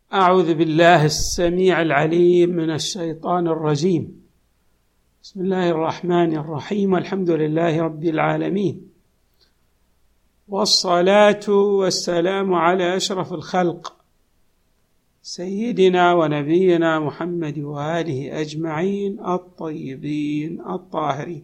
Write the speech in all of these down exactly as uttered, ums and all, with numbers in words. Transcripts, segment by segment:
أعوذ بالله السميع العليم من الشيطان الرجيم. بسم الله الرحمن الرحيم. الحمد لله رب العالمين، والصلاة والسلام على أشرف الخلق سيدنا ونبينا محمد وآله أجمعين الطيبين الطاهرين.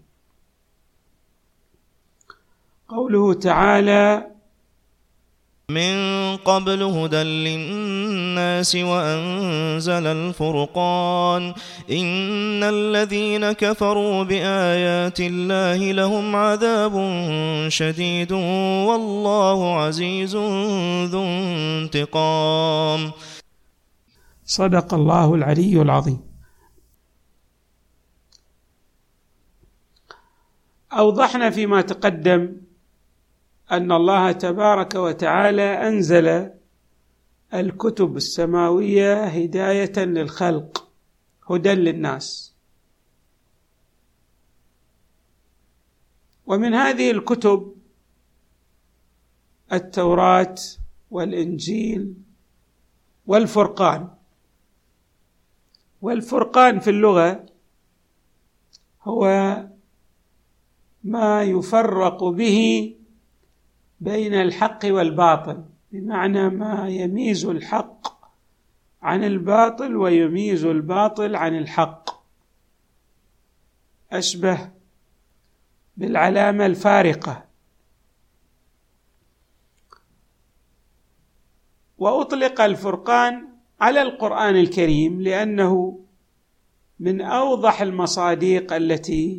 قوله تعالى: من قبل هدى للناس وأنزل الفرقان إن الذين كفروا بآيات الله لهم عذاب شديد والله عزيز ذو انتقام. صدق الله العلي العظيم. أوضحنا فيما تقدم أن الله تبارك وتعالى أنزل الكتب السماوية هداية للخلق، هدى للناس. ومن هذه الكتب التوراة والإنجيل والفرقان. والفرقان في اللغة هو ما يفرق به بين الحق والباطل، بمعنى ما يميز الحق عن الباطل ويميز الباطل عن الحق، أشبه بالعلامة الفارقة. وأطلق الفرقان على القرآن الكريم لأنه من أوضح المصادق التي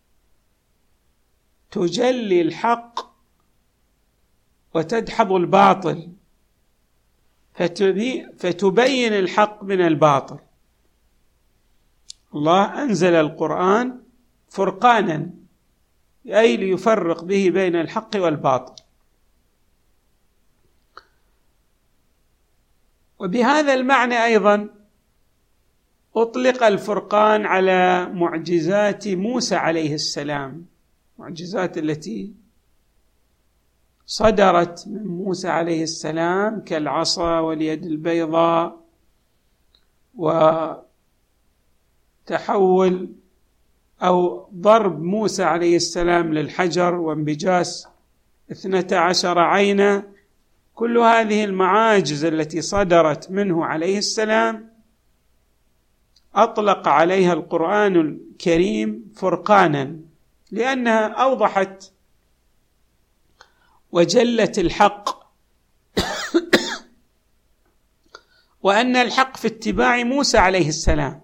تجلي الحق وتدحض الباطل، فتبين الحق من الباطل. الله أنزل القرآن فرقانا، أي ليفرق به بين الحق والباطل. وبهذا المعنى أيضا أطلق الفرقان على معجزات موسى عليه السلام، معجزات التي صدرت من موسى عليه السلام كالعصا واليد البيضاء وتحول أو ضرب موسى عليه السلام للحجر وانبجاس اثنتا عشر عينا. كل هذه المعاجز التي صدرت منه عليه السلام أطلق عليها القرآن الكريم فرقانا، لأنها أوضحت وجلت الحق وأن الحق في اتباع موسى عليه السلام.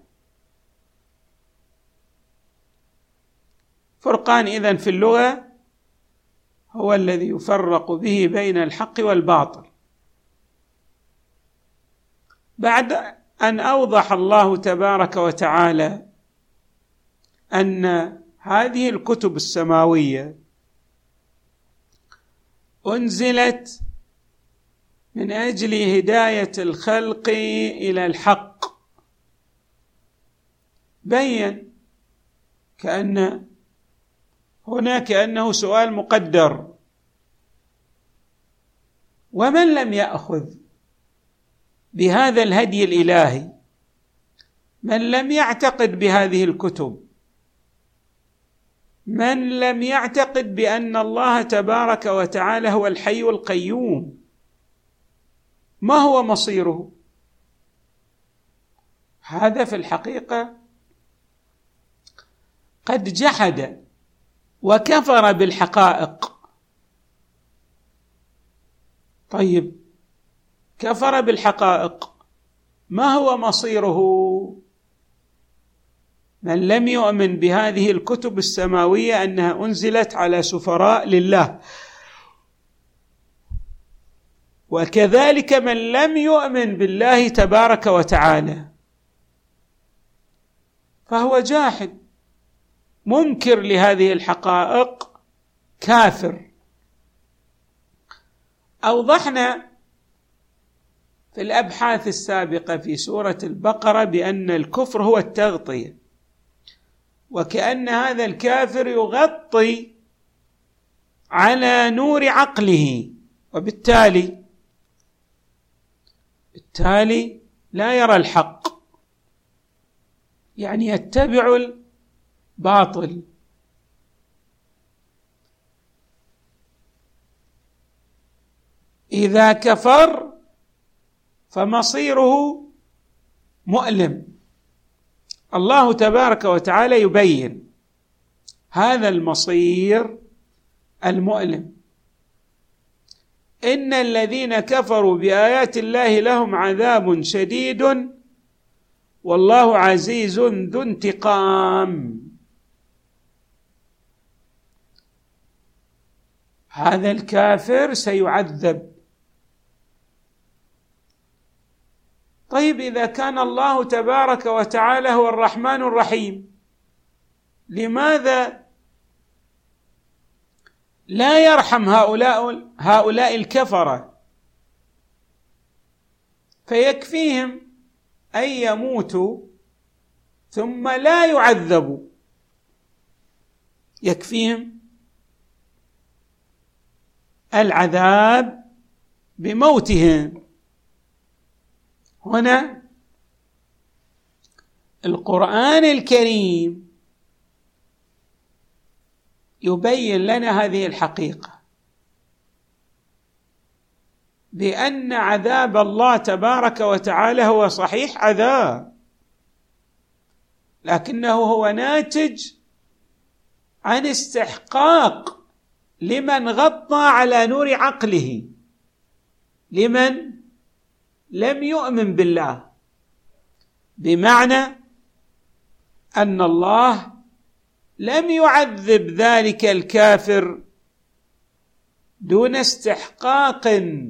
فرقان إذن في اللغة هو الذي يفرق به بين الحق والباطل. بعد أن أوضح الله تبارك وتعالى أن هذه الكتب السماوية أنزلت من أجل هداية الخلق إلى الحق، بين كأن هنا كأنه سؤال مقدر: ومن لم يأخذ بهذا الهدي الإلهي، من لم يعتقد بهذه الكتب، من لم يعتقد بأن الله تبارك وتعالى هو الحي القيوم، ما هو مصيره؟ هذا في الحقيقة قد جحد وكفر بالحقائق. طيب، كفر بالحقائق، ما هو مصيره؟ من لم يؤمن بهذه الكتب السماوية أنها أنزلت على سفراء لله، وكذلك من لم يؤمن بالله تبارك وتعالى فهو جاحد منكر لهذه الحقائق، كافر. أوضحنا في الأبحاث السابقة في سورة البقرة بأن الكفر هو التغطية، وكأن هذا الكافر يغطي على نور عقله، وبالتالي بالتالي لا يرى الحق، يعني يتبع الباطل. إذا كفر فمصيره مؤلم. الله تبارك وتعالى يبين هذا المصير المؤلم. إن الذين كفروا بآيات الله لهم عذاب شديد والله عزيز ذو انتقام. هذا الكافر سيعذب. طيب إذا كان الله تبارك وتعالى هو الرحمن الرحيم، لماذا لا يرحم هؤلاء هؤلاء الكفرة فيكفيهم أن يموتوا ثم لا يعذبوا؟ يكفيهم العذاب بموتهم. هنا القرآن الكريم يبين لنا هذه الحقيقة، بأن عذاب الله تبارك وتعالى هو صحيح عذاب، لكنه هو ناتج عن استحقاق لمن غطى على نور عقله، لمن لم يؤمن بالله، بمعنى أن الله لم يعذب ذلك الكافر دون استحقاق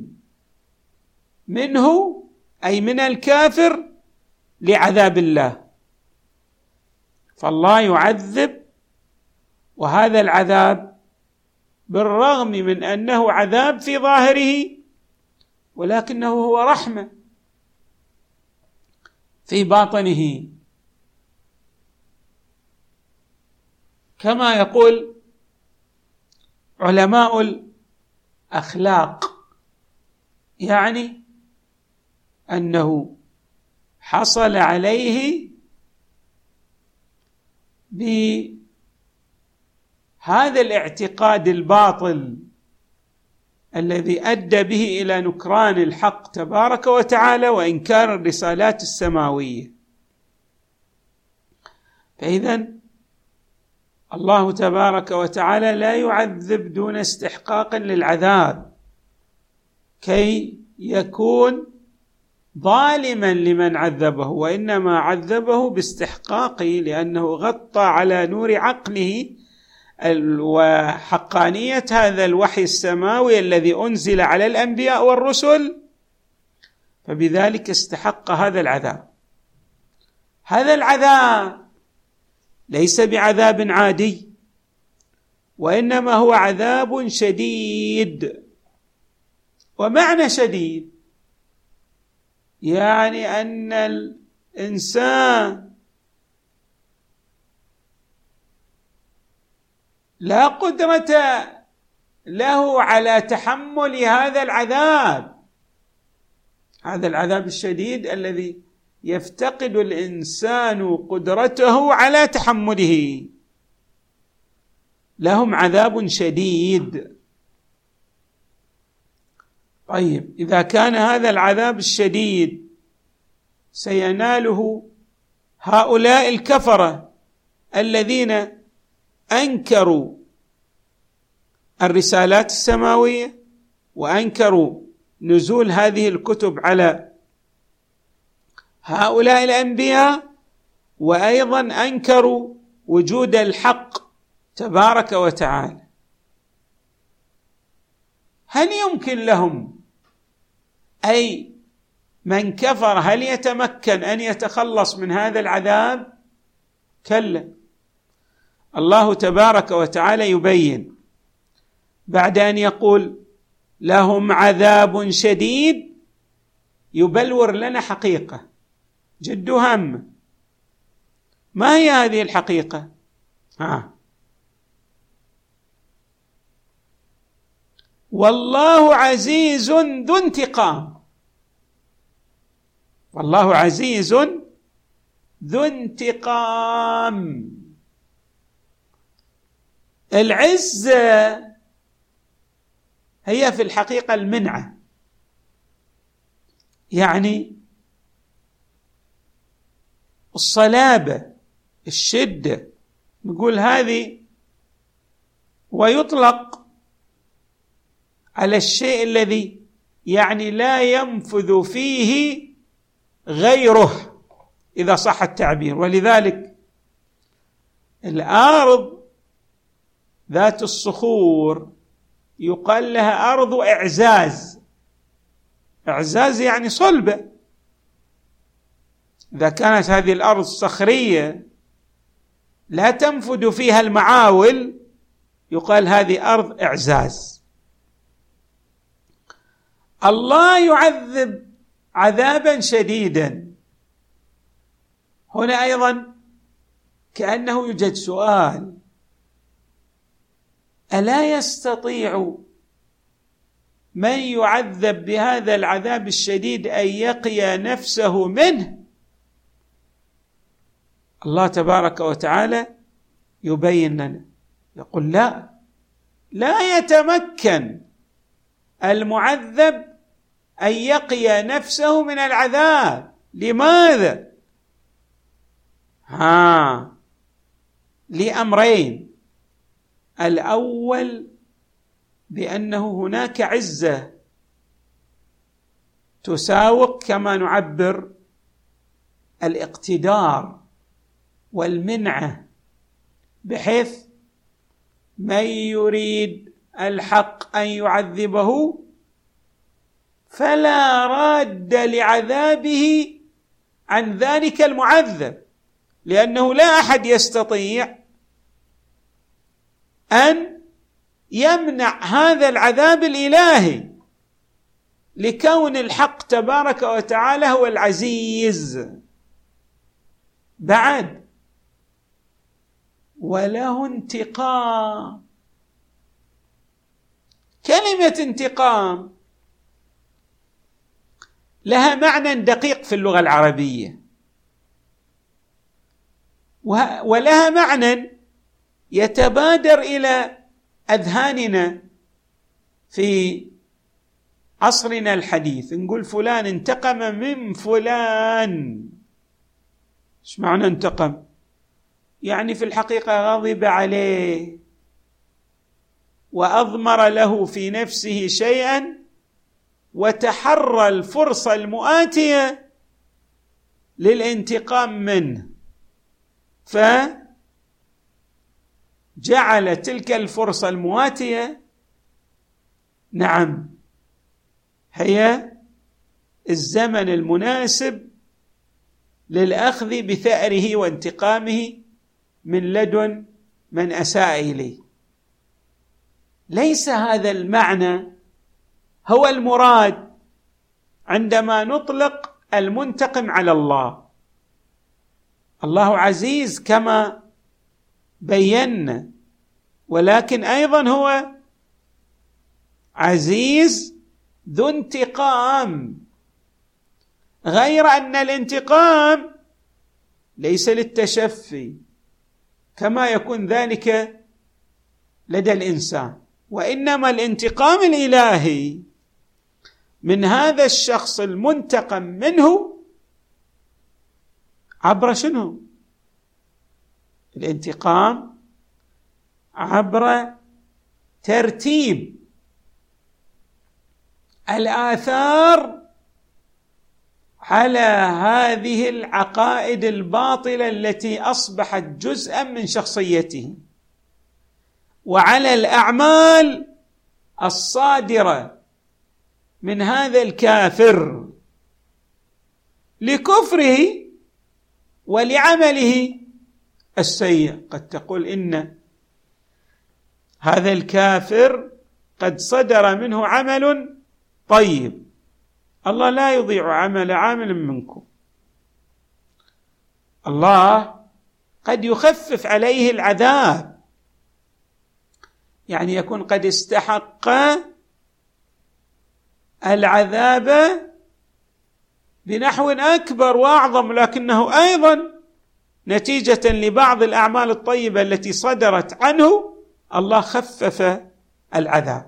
منه، أي من الكافر، لعذاب الله. فالله يعذب، وهذا العذاب بالرغم من أنه عذاب في ظاهره ولكنه هو رحمة في باطنه. كما يقول علماء الأخلاق، يعني أنه حصل عليه بهذا الاعتقاد الباطل الذي أدى به إلى نكران الحق تبارك وتعالى وإنكار الرسالات السماوية. فإذن الله تبارك وتعالى لا يعذب دون استحقاق للعذاب كي يكون ظالما لمن عذبه، وإنما عذبه باستحقاقه، لأنه غطى على نور عقله وحقانية هذا الوحي السماوي الذي أنزل على الأنبياء والرسل، فبذلك استحق هذا العذاب. هذا العذاب ليس بعذاب عادي، وإنما هو عذاب شديد. ومعنى شديد يعني أن الإنسان لا قدرة له على تحمل هذا العذاب، هذا العذاب الشديد الذي يفتقد الإنسان قدرته على تحمله. لهم عذاب شديد. طيب إذا كان هذا العذاب الشديد سيناله هؤلاء الكفرة الذين أنكروا الرسالات السماوية وأنكروا نزول هذه الكتب على هؤلاء الأنبياء، وأيضا أنكروا وجود الحق تبارك وتعالى، هل يمكن لهم، أي من كفر، هل يتمكن أن يتخلص من هذا العذاب؟ كلا. الله تبارك وتعالى يبين بعد أن يقول لهم عذاب شديد، يبلور لنا حقيقة جد هامة. ما هي هذه الحقيقة؟ ها والله عزيز ذو انتقام. والله عزيز ذو انتقام. العزة هي في الحقيقة المنعة، يعني الصلابة، الشدة، نقول هذه، ويطلق على الشيء الذي يعني لا ينفذ فيه غيره إذا صح التعبير. ولذلك الأرض ذات الصخور يقال لها أرض إعزاز. إعزاز يعني صلبة. إذا كانت هذه الأرض صخرية لا تنفذ فيها المعاول يقال هذه أرض إعزاز. الله يعذب عذابا شديدا. هنا أيضا كأنه يوجد سؤال: ألا يستطيع من يعذب بهذا العذاب الشديد أن يقي نفسه منه؟ الله تبارك وتعالى يبين لنا، يقول: لا لا يتمكن المعذب أن يقي نفسه من العذاب. لماذا؟ ها لأمرين: الأول بأنه هناك عزة تساوق كما نعبر الاقتدار والمنعة، بحيث من يريد الحق أن يعذبه فلا راد لعذابه عن ذلك المعذب، لأنه لا أحد يستطيع أن يمنع هذا العذاب الإلهي، لكون الحق تبارك وتعالى هو العزيز. بعد وله انتقام. كلمة انتقام لها معنى دقيق في اللغة العربية، ولها معنى يتبادر إلى أذهاننا في عصرنا الحديث. نقول فلان انتقم من فلان. ايش معنى انتقم؟ يعني في الحقيقة غضب عليه وأضمر له في نفسه شيئا وتحرى الفرصة المؤاتية للانتقام منه، فجعل تلك الفرصة المؤاتية نعم هي الزمن المناسب للأخذ بثأره وانتقامه من لدن من أساء إليه. ليس هذا المعنى هو المراد عندما نطلق المنتقم على الله. الله عزيز كما بينا، ولكن أيضا هو عزيز ذو انتقام، غير أن الانتقام ليس للتشفي كما يكون ذلك لدى الإنسان، وإنما الانتقام الإلهي من هذا الشخص المنتقم منه عبر شنو؟ الانتقام عبر ترتيب الآثار على هذه العقائد الباطلة التي أصبحت جزءا من شخصيته، وعلى الأعمال الصادرة من هذا الكافر لكفره ولعمله السيء. قد تقول إن هذا الكافر قد صدر منه عمل طيب، الله لا يضيع عمل عامل منكم. الله قد يخفف عليه العذاب، يعني يكون قد استحق العذاب بنحو أكبر وأعظم، لكنه أيضا نتيجة لبعض الأعمال الطيبة التي صدرت عنه الله خفف العذاب.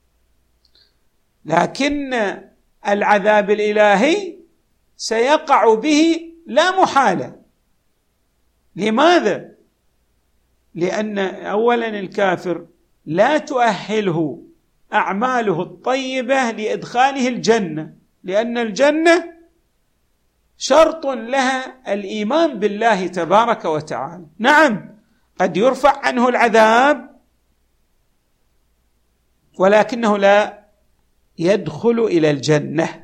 لكن العذاب الإلهي سيقع به لا محالة. لماذا؟ لأن أولا الكافر لا تؤهله أعماله الطيبة لإدخاله الجنة، لأن الجنة شرط لها الإيمان بالله تبارك وتعالى. نعم قد يرفع عنه العذاب ولكنه لا يدخل إلى الجنة.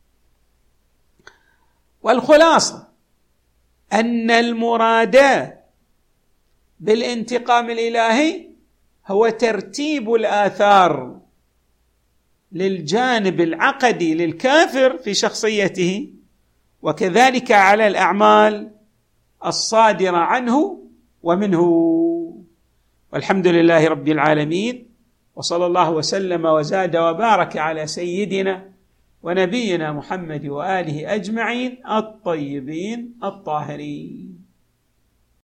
والخلاصة أن المراد بالانتقام الإلهي هو ترتيب الآثار للجانب العقدي للكافر في شخصيته، وكذلك على الأعمال الصادرة عنه ومنه. والحمد لله رب العالمين، وصلى الله وسلم وزاد وبارك على سيدنا ونبينا محمد وآله أجمعين الطيبين الطاهرين.